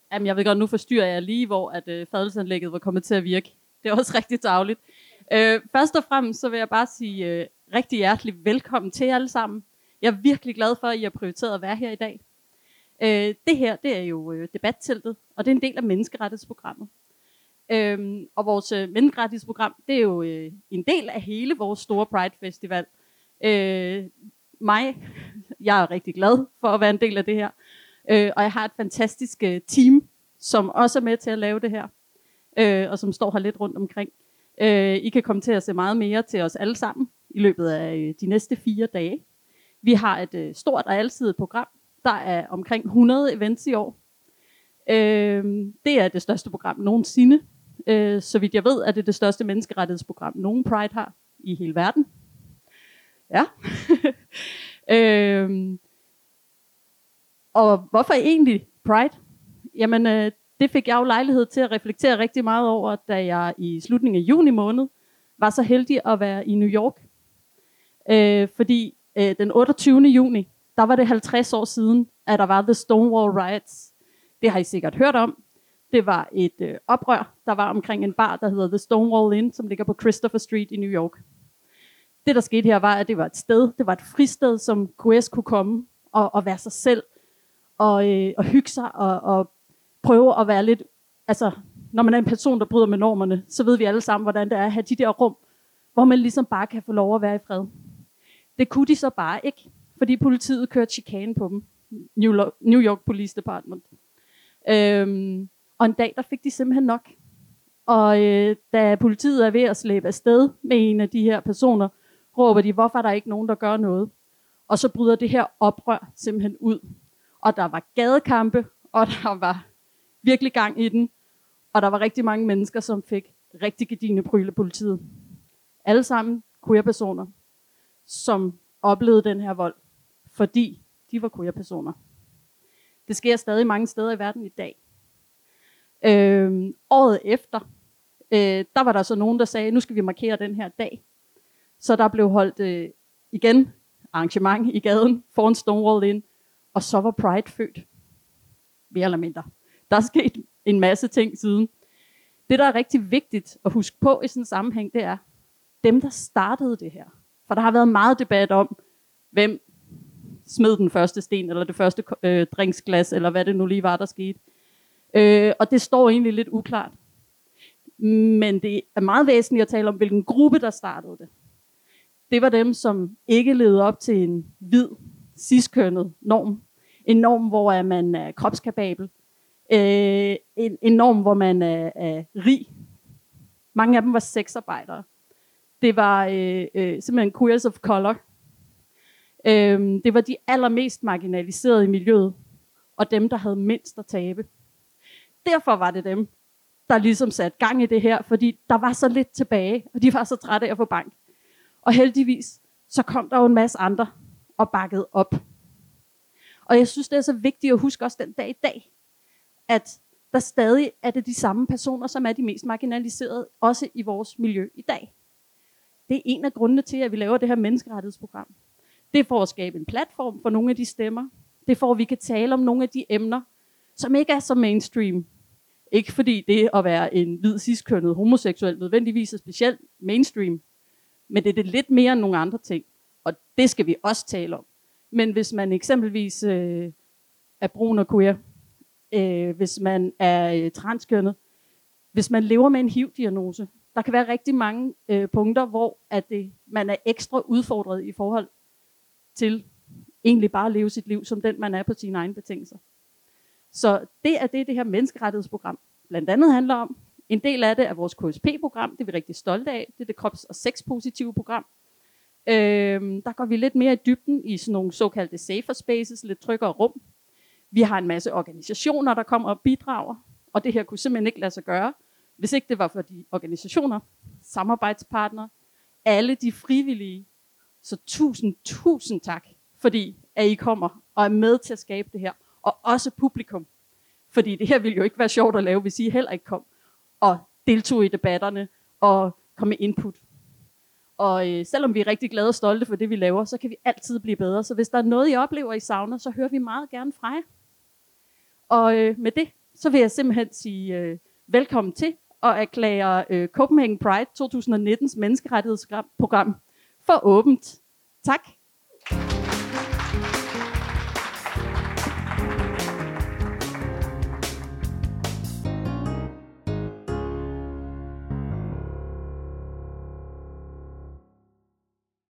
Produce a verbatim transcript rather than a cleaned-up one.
Jamen, jeg ved godt, nu forstyrrer jeg lige, hvor at øh, fadelsanlægget var kommet til at virke. Det er også rigtig tarveligt. Øh, først og fremmest, så vil jeg bare sige øh, rigtig hjertelig velkommen til alle sammen. Jeg er virkelig glad for, at I har prioriteret at være her i dag. Øh, det her, det er jo øh, debatteltet, og det er en del af menneskerettighedsprogrammet. Øh, og vores øh, menneskerettighedsprogram, det er jo øh, en del af hele vores store Pride Festival. Øh, mig, jeg er rigtig glad for at være en del af det her. Øh, og jeg har et fantastisk øh, team, som også er med til at lave det her, øh, og som står her lidt rundt omkring. Øh, I kan komme til at se meget mere til os alle sammen i løbet af øh, de næste fire dage. Vi har et øh, stort og alsidigt program. Der er omkring hundrede events i år. Øh, det er det største program nogensinde. Øh, så vidt jeg ved, er det det største menneskerettighedsprogram, nogen Pride har i hele verden. Ja. øh, Og hvorfor egentlig Pride? Jamen, øh, det fik jeg jo lejlighed til at reflektere rigtig meget over, da jeg i slutningen af juni måned var så heldig at være i New York. Øh, fordi øh, den otteogtyvende juni, der var det halvtreds år siden, at der var The Stonewall Riots. Det har I sikkert hørt om. Det var et øh, oprør, der var omkring en bar, der hedder The Stonewall Inn, som ligger på Christopher Street i New York. Det, der skete her, var, at det var et sted, det var et fristed, som queers kunne komme og, og være sig selv, Og, øh, og hygge sig og, og prøve at være lidt, altså når man er en person, der bryder med normerne, så ved vi alle sammen, hvordan det er at have de der rum, hvor man ligesom bare kan få lov at være i fred. Det kunne de så bare ikke, fordi politiet kørte chikane på dem. New York Police Department. Øhm, og en dag, der fik de simpelthen nok. Og øh, da politiet er ved at slæbe afsted med en af de her personer, råber de, hvorfor er der ikke nogen, der gør noget? Og så bryder det her oprør simpelthen ud. Og der var gadekampe, og der var virkelig gang i den. Og der var rigtig mange mennesker, som fik rigtig gedigne pryl af politiet. Alle sammen queer-personer, som oplevede den her vold, fordi de var queer-personer. Det sker stadig mange steder i verden i dag. Øh, året efter, øh, der var der så nogen, der sagde, nu skal vi markere den her dag. Så der blev holdt øh, igen arrangement i gaden foran Stonewall Inn. Og så var Pride født. Mere eller mindre. Der er sket en masse ting siden. Det, der er rigtig vigtigt at huske på i sådan en sammenhæng, det er dem, der startede det her. For der har været meget debat om, hvem smed den første sten, eller det første øh, drinksglas, eller hvad det nu lige var, der skete. Øh, og det står egentlig lidt uklart. Men det er meget væsentligt at tale om, hvilken gruppe, der startede det. Det var dem, som ikke levede op til en hvid, cis-kønnet norm. En norm, hvor man er kropskapabel. Øh, en, en norm, hvor man er, er rig. Mange af dem var sexarbejdere. Det var øh, øh, simpelthen queers of color. Øh, det var de allermest marginaliserede i miljøet. Og dem, der havde mindst at tabe. Derfor var det dem, der ligesom satte gang i det her. Fordi der var så lidt tilbage. Og de var så trætte af at få bank. Og heldigvis, så kom der jo en masse andre og bakket op. Og jeg synes, det er så vigtigt at huske også den dag i dag, at der stadig er det de samme personer, som er de mest marginaliserede, også i vores miljø i dag. Det er en af grundene til, at vi laver det her menneskerettighedsprogram. Det er for at skabe en platform for nogle af de stemmer. Det er for, at vi kan tale om nogle af de emner, som ikke er så mainstream. Ikke fordi det at være en hvid, cis-kønnet homoseksuel nødvendigvis er specielt mainstream, men det er det lidt mere end nogle andre ting. Og det skal vi også tale om. Men hvis man eksempelvis øh, er brun og queer, øh, hvis man er øh, transkønnet, hvis man lever med en H I V-diagnose, der kan være rigtig mange øh, punkter, hvor at det, man er ekstra udfordret i forhold til egentlig bare at leve sit liv, som den man er på sine egne betingelser. Så det er det, det her menneskerettighedsprogram blandt andet handler om. En del af det er vores K S P-program, det er vi rigtig stolte af. Det er det krops- og sexpositive program. Øhm, der går vi lidt mere i dybden i sådan nogle såkaldte safer spaces, lidt tryggere rum. Vi har en masse organisationer, der kommer og bidrager, og det her kunne simpelthen ikke lade sig gøre, hvis ikke det var for de organisationer, samarbejdspartnere, alle de frivillige. Så tusind, tusind tak, fordi at I kommer og er med til at skabe det her, og også publikum. Fordi det her ville jo ikke være sjovt at lave, hvis I heller ikke kom og deltog i debatterne og kom med input. Og øh, selvom vi er rigtig glade og stolte for det, vi laver, så kan vi altid blive bedre. Så hvis der er noget, I oplever, I savner, så hører vi meget gerne fra jer. Og øh, med det, så vil jeg simpelthen sige øh, velkommen til og erklære øh, Copenhagen Pride to tusind nittens menneskerettighedsprogram for åbent. Tak.